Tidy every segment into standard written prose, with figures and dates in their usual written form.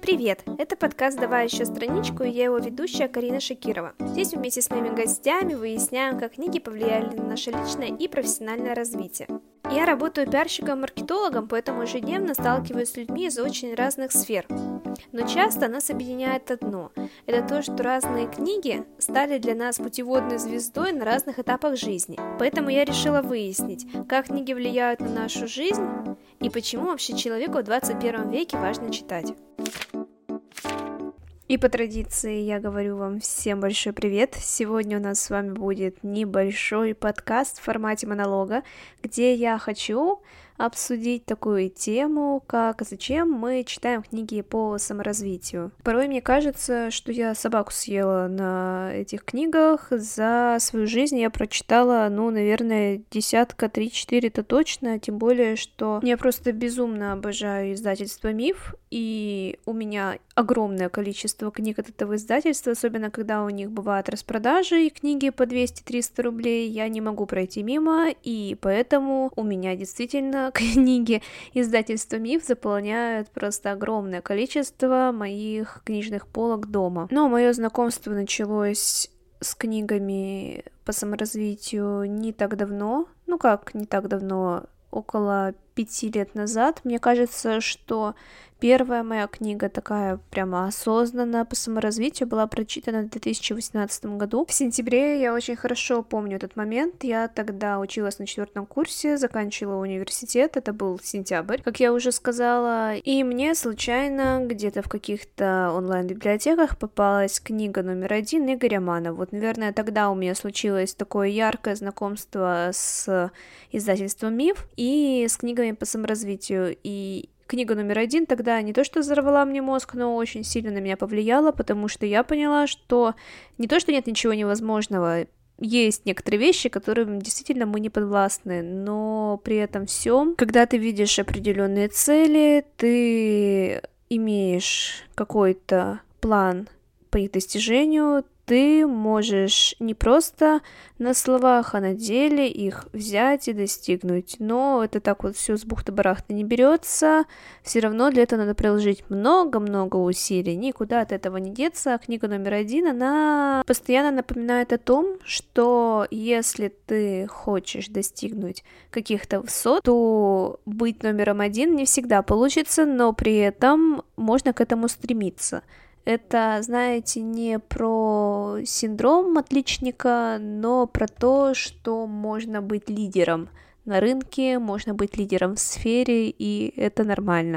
Привет! Это подкаст «Давай еще страничку» и я его ведущая Карина Шакирова. Здесь вместе с моими гостями выясняем, как книги повлияли на наше личное и профессиональное развитие. Я работаю пиарщиком-маркетологом, поэтому ежедневно сталкиваюсь с людьми из очень разных сфер. Но часто нас объединяет одно – это то, что разные книги стали для нас путеводной звездой на разных этапах жизни. Поэтому я решила выяснить, как книги влияют на нашу жизнь и почему вообще человеку в 21 веке важно читать. И по традиции я говорю вам всем большой привет. Сегодня у нас с вами будет небольшой подкаст в формате монолога, где я хочу обсудить такую тему, как зачем мы читаем книги по саморазвитию. Порой мне кажется, что я собаку съела на этих книгах. За свою жизнь я прочитала, наверное, десятка, 3-4-то точно, тем более, что я просто безумно обожаю издательство «Миф», и у меня огромное количество книг от этого издательства, особенно когда у них бывают распродажи и книги по 200-300 рублей, я не могу пройти мимо, и поэтому у меня действительно книги издательства «Миф» заполняют просто огромное количество моих книжных полок дома. Но мое знакомство началось с книгами по саморазвитию не так давно, около 5 лет назад. Мне кажется, что первая моя книга такая прямо осознанная по саморазвитию была прочитана в 2018 году. В сентябре я очень хорошо помню этот момент. Я тогда училась на 4 курсе, заканчивала университет, это был сентябрь, как я уже сказала, и мне случайно где-то в каких-то онлайн-библиотеках попалась книга номер 1 Игоря Манна. Вот, наверное, тогда у меня случилось такое яркое знакомство с издательством «Миф» и с книгами по саморазвитию, и книга номер 1 тогда не то что взорвала мне мозг, но очень сильно на меня повлияла, потому что я поняла, что не то, что нет ничего невозможного, есть некоторые вещи, которым действительно мы не подвластны, но при этом всем, когда ты видишь определенные цели, ты имеешь какой-то план по их достижению, ты можешь не просто на словах, а на деле их взять и достигнуть. Но это так вот все с бухты-барахты не берется. Все равно для этого надо приложить много-много усилий. Никуда от этого не деться. Книга номер 1, она постоянно напоминает о том, что если ты хочешь достигнуть каких-то высот, то быть номером 1 не всегда получится, но при этом можно к этому стремиться. Это, знаете, не про синдром отличника, но про то, что можно быть лидером на рынке, можно быть лидером в сфере, и это нормально.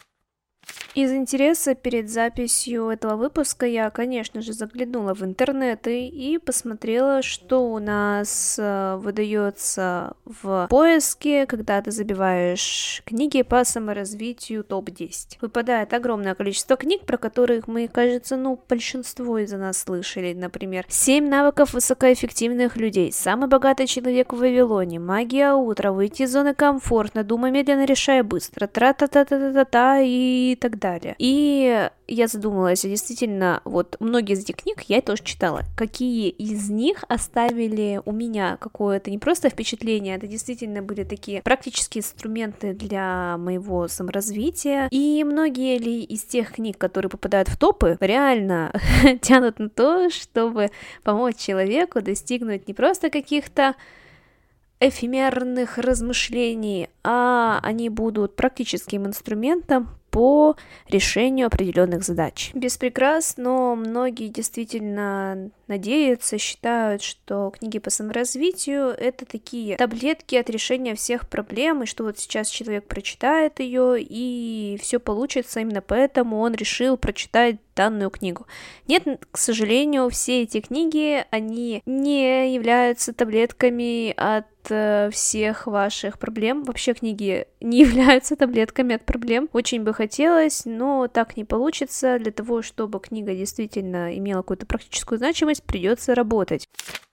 Из интереса перед записью этого выпуска я, конечно же, заглянула в интернет и посмотрела, что у нас выдается в поиске, когда ты забиваешь книги по саморазвитию топ-10. Выпадает огромное количество книг, про которых мы, кажется, большинство из нас слышали. Например, 7 навыков высокоэффективных людей, самый богатый человек в Вавилоне, магия утра, выйти из зоны комфорта, думай медленно, решай быстро, тра-та-та-та-та-та и так далее. И я задумалась, действительно, вот многие из этих книг я тоже читала. Какие из них оставили у меня какое-то не просто впечатление, это действительно были такие практические инструменты для моего саморазвития. И многие ли из тех книг, которые попадают в топы, реально тянут на то, чтобы помочь человеку достигнуть не просто каких-то эфемерных размышлений, а они будут практическим инструментом по решению определенных задач. Без прикрас, но многие действительно надеются, считают, что книги по саморазвитию — это такие таблетки от решения всех проблем, и что вот сейчас человек прочитает ее, и все получится, именно поэтому он решил прочитать данную книгу. Нет, к сожалению, все эти книги, они не являются таблетками от всех ваших проблем. Вообще книги не являются таблетками от проблем. Очень бы хотелось, но так не получится. Для того, чтобы книга действительно имела какую-то практическую значимость, придется работать.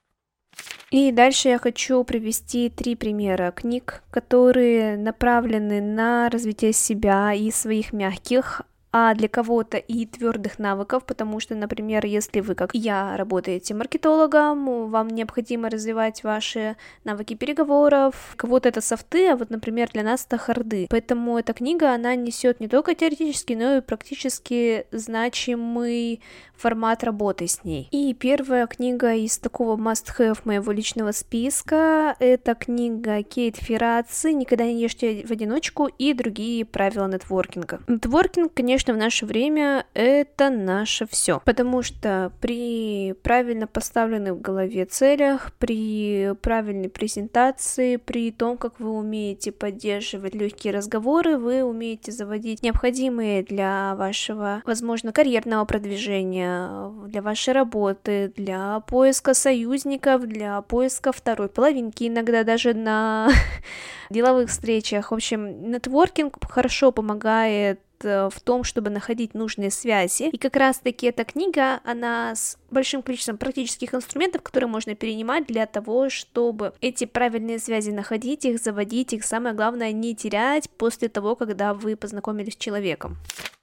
И дальше я хочу привести 3 примера книг, которые направлены на развитие себя и своих мягких а для кого-то и твердых навыков, потому что, например, если вы, как я, работаете маркетологом, вам необходимо развивать ваши навыки переговоров, кого-то это софты, а вот, например, для нас это харды. Поэтому эта книга, она несет не только теоретический, но и практически значимый формат работы с ней. И первая книга из такого must-have моего личного списка — это книга Кейт Ферраци «Никогда не ешьте в одиночку» и другие правила нетворкинга. Нетворкинг, конечно, в наше время это наше все, потому что при правильно поставленных в голове целях, при правильной презентации, при том, как вы умеете поддерживать легкие разговоры, вы умеете заводить необходимые для вашего, возможно, карьерного продвижения, для вашей работы, для поиска союзников, для поиска второй половинки, иногда даже на деловых встречах. В общем, нетворкинг хорошо помогает в том, чтобы находить нужные связи. И как раз-таки эта книга, она с большим количеством практических инструментов, которые можно перенимать для того, чтобы эти правильные связи находить, их заводить, их самое главное не терять после того, когда вы познакомились с человеком.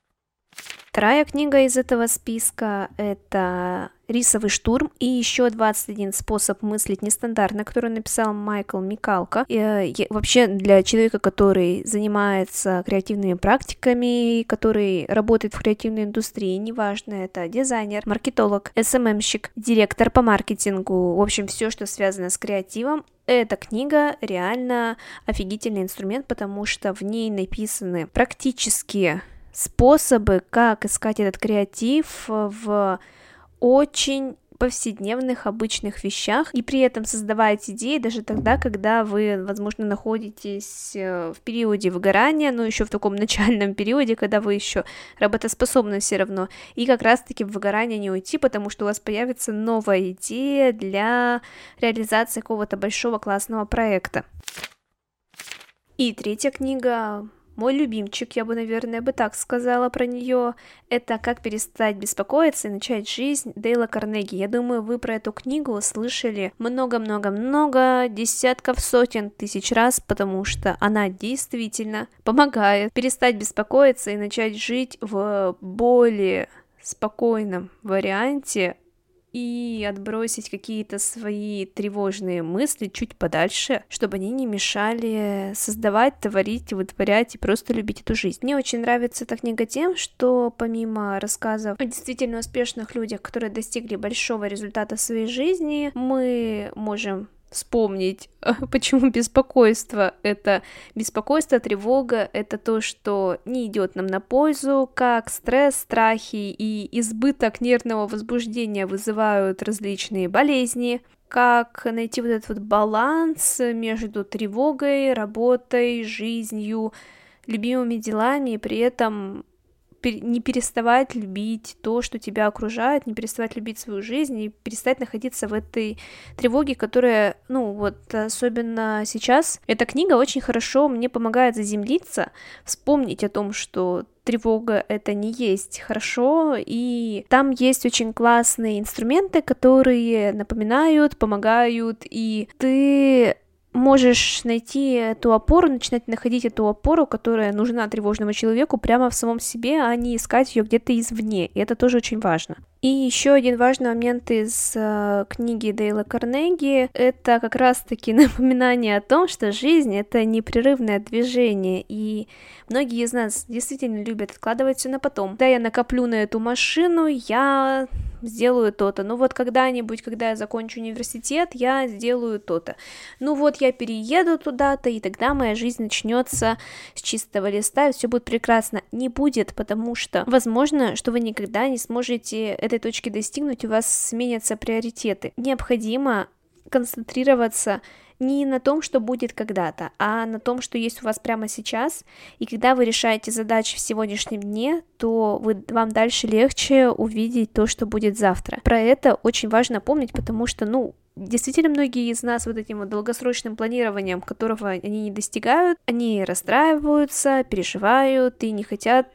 Вторая книга из этого списка — это «Рисовый штурм» и еще 21 способ мыслить нестандартно, который написал Майкл Микалко. И вообще для человека, который занимается креативными практиками, который работает в креативной индустрии, неважно, это дизайнер, маркетолог, СММщик, директор по маркетингу, в общем, все, что связано с креативом, эта книга реально офигительный инструмент, потому что в ней написаны практические способы, как искать этот креатив в очень повседневных, обычных вещах, и при этом создавать идеи даже тогда, когда вы, возможно, находитесь в периоде выгорания, но еще в таком начальном периоде, когда вы еще работоспособны все равно, и как раз-таки в выгорание не уйти, потому что у вас появится новая идея для реализации какого-то большого классного проекта. И третья книга, мой любимчик, я бы, наверное, так сказала про нее, это «Как перестать беспокоиться и начать жизнь» Дейла Карнеги. Я думаю, вы про эту книгу слышали много-много-много, десятков, сотен тысяч раз, потому что она действительно помогает перестать беспокоиться и начать жить в более спокойном варианте, и отбросить какие-то свои тревожные мысли чуть подальше, чтобы они не мешали создавать, творить, вытворять и просто любить эту жизнь. Мне очень нравится эта книга тем, что помимо рассказов о действительно успешных людях, которые достигли большого результата в своей жизни, мы можем вспомнить, почему беспокойство — это беспокойство, тревога — это то, что не идет нам на пользу, как стресс, страхи и избыток нервного возбуждения вызывают различные болезни, как найти вот этот вот баланс между тревогой, работой, жизнью, любимыми делами, и при этом не переставать любить то, что тебя окружает, не переставать любить свою жизнь и перестать находиться в этой тревоге, которая, особенно сейчас, эта книга очень хорошо мне помогает заземлиться, вспомнить о том, что тревога — это не есть хорошо, и там есть очень классные инструменты, которые напоминают, помогают, и ты можешь найти эту опору, начинать находить эту опору, которая нужна тревожному человеку прямо в самом себе, а не искать ее где-то извне, и это тоже очень важно. И еще один важный момент из книги Дейла Карнеги — это как раз-таки напоминание о том, что жизнь — это непрерывное движение, и многие из нас действительно любят откладывать все на потом. Да, я накоплю на эту машину, я сделаю то-то, когда-нибудь, когда я закончу университет, я сделаю то-то, я перееду туда-то, и тогда моя жизнь начнется с чистого листа, и все будет прекрасно. Не будет, потому что, возможно, что вы никогда не сможете этой точки достигнуть, у вас сменятся приоритеты. Необходимо концентрироваться не на том, что будет когда-то, а на том, что есть у вас прямо сейчас, и когда вы решаете задачи в сегодняшнем дне, то вам дальше легче увидеть то, что будет завтра. Про это очень важно помнить, потому что, действительно, многие из нас вот этим вот долгосрочным планированием, которого они не достигают, они расстраиваются, переживают и не хотят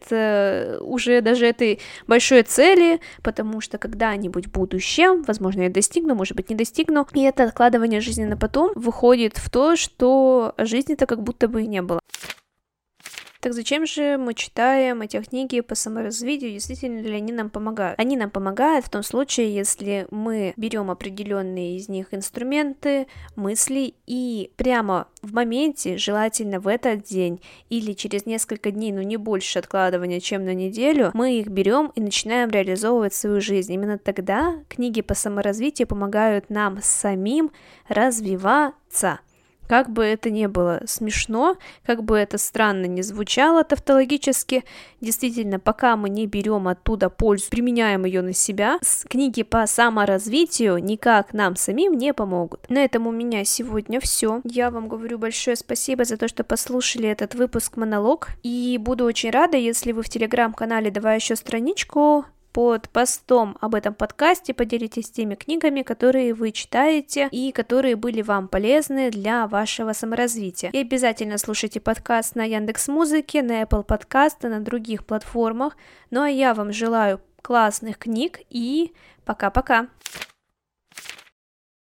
уже даже этой большой цели, потому что когда-нибудь в будущем, возможно, я достигну, может быть, не достигну, и это откладывание жизни на потом выходит в то, что жизни-то как будто бы и не было. Так зачем же мы читаем эти книги по саморазвитию, действительно ли они нам помогают? Они нам помогают в том случае, если мы берем определенные из них инструменты, мысли и прямо в моменте, желательно в этот день или через несколько дней, но не больше откладывания, чем на неделю, мы их берем и начинаем реализовывать в свою жизнь. Именно тогда книги по саморазвитию помогают нам самим развиваться. Как бы это ни было смешно, как бы это странно ни звучало тавтологически, действительно, пока мы не берем оттуда пользу, применяем ее на себя, книги по саморазвитию никак нам самим не помогут. На этом у меня сегодня все. Я вам говорю большое спасибо за то, что послушали этот выпуск-монолог, и буду очень рада, если вы в телеграм-канале «Давай еще страничку» под постом об этом подкасте поделитесь теми книгами, которые вы читаете и которые были вам полезны для вашего саморазвития. И обязательно слушайте подкаст на Яндекс.Музыке, на Apple Podcast и на других платформах. Ну а я вам желаю классных книг и пока-пока!